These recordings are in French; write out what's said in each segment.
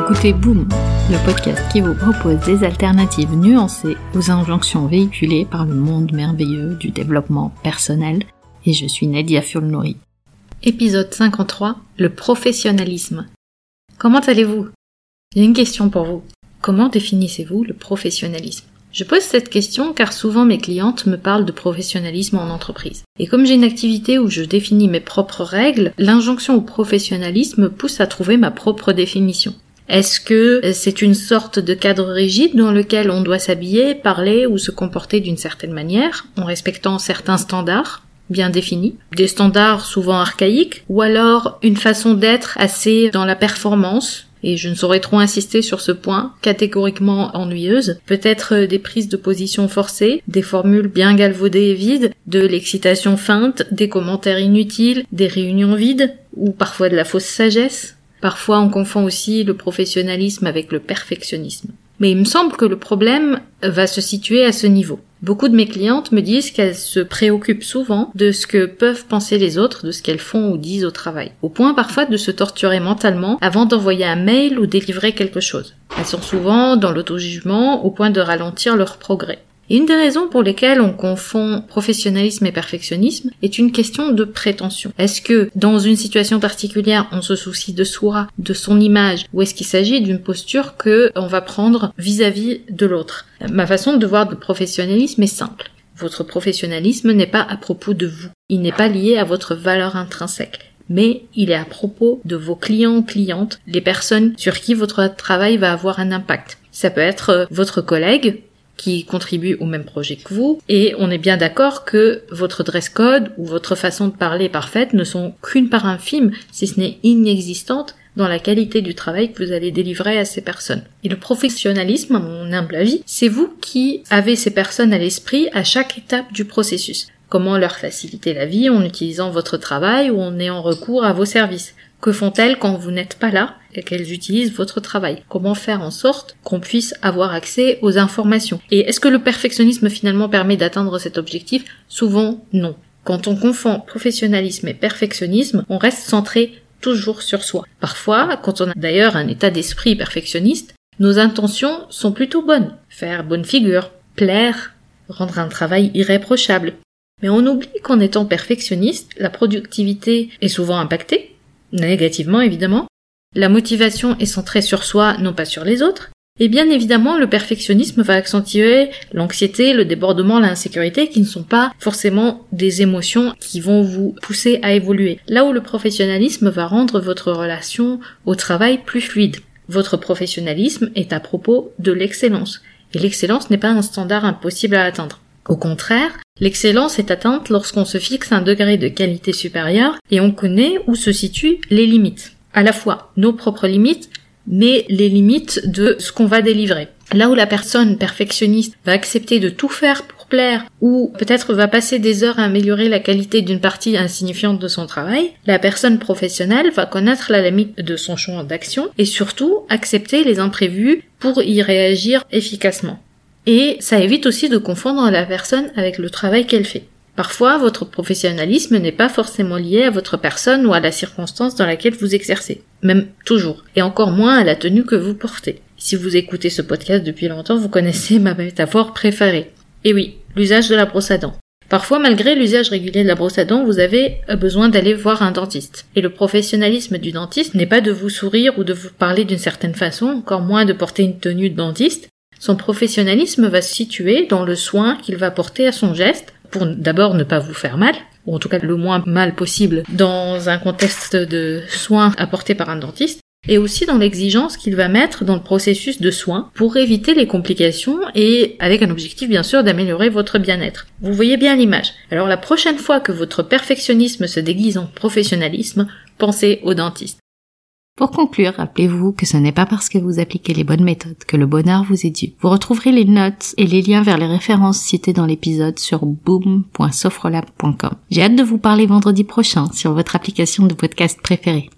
écoutez Boom, le podcast qui vous propose des alternatives nuancées aux injonctions véhiculées par le monde merveilleux du développement personnel, et je suis Nadia Fulnouri. Épisode 53, le professionnalisme. Comment allez-vous ? J'ai une question pour vous. Comment définissez-vous le professionnalisme ? Je pose cette question car souvent mes clientes me parlent de professionnalisme en entreprise. Et comme j'ai une activité où je définis mes propres règles, l'injonction au professionnalisme me pousse à trouver ma propre définition. Est-ce que c'est une sorte de cadre rigide dans lequel on doit s'habiller, parler ou se comporter d'une certaine manière, en respectant certains standards bien définis, des standards souvent archaïques, ou alors une façon d'être assez dans la performance, et je ne saurais trop insister sur ce point, catégoriquement ennuyeuse, peut-être des prises de position forcées, des formules bien galvaudées et vides, de l'excitation feinte, des commentaires inutiles, des réunions vides, ou parfois de la fausse sagesse. Parfois on confond aussi le professionnalisme avec le perfectionnisme. Mais il me semble que le problème va se situer à ce niveau. Beaucoup de mes clientes me disent qu'elles se préoccupent souvent de ce que peuvent penser les autres, de ce qu'elles font ou disent au travail, au point parfois de se torturer mentalement avant d'envoyer un mail ou délivrer quelque chose. Elles sont souvent dans l'auto-jugement au point de ralentir leur progrès. Et une des raisons pour lesquelles on confond professionnalisme et perfectionnisme est une question de prétention. Est-ce que, dans une situation particulière, on se soucie de soi, de son image, ou est-ce qu'il s'agit d'une posture que on va prendre vis-à-vis de l'autre ? Ma façon de voir le professionnalisme est simple. Votre professionnalisme n'est pas à propos de vous. Il n'est pas lié à votre valeur intrinsèque. Mais il est à propos de vos clients ou clientes, les personnes sur qui votre travail va avoir un impact. Ça peut être votre collègue, qui contribue au même projet que vous, et on est bien d'accord que votre dress code ou votre façon de parler parfaite ne sont qu'une part infime, si ce n'est inexistante, dans la qualité du travail que vous allez délivrer à ces personnes. Et le professionnalisme, à mon humble avis, c'est vous qui avez ces personnes à l'esprit à chaque étape du processus. Comment leur faciliter la vie en utilisant votre travail ou en ayant recours à vos services ? Que font-elles quand vous n'êtes pas là et qu'elles utilisent votre travail ? Comment faire en sorte qu'on puisse avoir accès aux informations ? Et est-ce que le perfectionnisme finalement permet d'atteindre cet objectif ? Souvent, non. Quand on confond professionnalisme et perfectionnisme, on reste centré toujours sur soi. Parfois, quand on a d'ailleurs un état d'esprit perfectionniste, nos intentions sont plutôt bonnes. Faire bonne figure, plaire, rendre un travail irréprochable. Mais on oublie qu'en étant perfectionniste, la productivité est souvent impactée, négativement évidemment, la motivation est centrée sur soi, non pas sur les autres, et bien évidemment le perfectionnisme va accentuer l'anxiété, le débordement, l'insécurité qui ne sont pas forcément des émotions qui vont vous pousser à évoluer. Là où le professionnalisme va rendre votre relation au travail plus fluide. Votre professionnalisme est à propos de l'excellence, et l'excellence n'est pas un standard impossible à atteindre. Au contraire, l'excellence est atteinte lorsqu'on se fixe un degré de qualité supérieure et on connaît où se situent les limites. À la fois nos propres limites, mais les limites de ce qu'on va délivrer. Là où la personne perfectionniste va accepter de tout faire pour plaire ou peut-être va passer des heures à améliorer la qualité d'une partie insignifiante de son travail, la personne professionnelle va connaître la limite de son champ d'action et surtout accepter les imprévus pour y réagir efficacement. Et ça évite aussi de confondre la personne avec le travail qu'elle fait. Parfois, votre professionnalisme n'est pas forcément lié à votre personne ou à la circonstance dans laquelle vous exercez. Même toujours. Et encore moins à la tenue que vous portez. Si vous écoutez ce podcast depuis longtemps, vous connaissez ma métaphore préférée. Et oui, l'usage de la brosse à dents. Parfois, malgré l'usage régulier de la brosse à dents, vous avez besoin d'aller voir un dentiste. Et le professionnalisme du dentiste n'est pas de vous sourire ou de vous parler d'une certaine façon, encore moins de porter une tenue de dentiste. Son professionnalisme va se situer dans le soin qu'il va porter à son geste, pour d'abord ne pas vous faire mal, ou en tout cas le moins mal possible dans un contexte de soins apportés par un dentiste, et aussi dans l'exigence qu'il va mettre dans le processus de soins pour éviter les complications et avec un objectif bien sûr d'améliorer votre bien-être. Vous voyez bien l'image. Alors la prochaine fois que votre perfectionnisme se déguise en professionnalisme, pensez au dentiste. Pour conclure, rappelez-vous que ce n'est pas parce que vous appliquez les bonnes méthodes que le bonheur vous est dû. Vous retrouverez les notes et les liens vers les références citées dans l'épisode sur boom.sofrolab.com. J'ai hâte de vous parler vendredi prochain sur votre application de podcast préférée.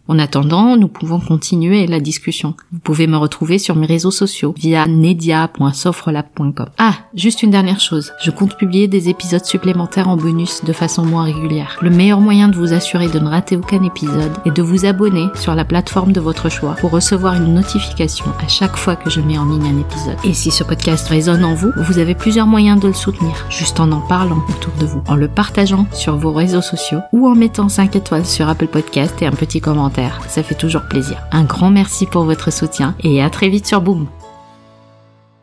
En attendant, nous pouvons continuer la discussion. Vous pouvez me retrouver sur mes réseaux sociaux via nedia.sofrelab.com. Ah, juste une dernière chose. Je compte publier des épisodes supplémentaires en bonus de façon moins régulière. Le meilleur moyen de vous assurer de ne rater aucun épisode est de vous abonner sur la plateforme de votre choix pour recevoir une notification à chaque fois que je mets en ligne un épisode. Et si ce podcast résonne en vous, vous avez plusieurs moyens de le soutenir, juste en parlant autour de vous, en le partageant sur vos réseaux sociaux ou en mettant 5 étoiles sur Apple Podcast et un petit commentaire. Ça fait toujours plaisir. Un grand merci pour votre soutien et à très vite sur Boom.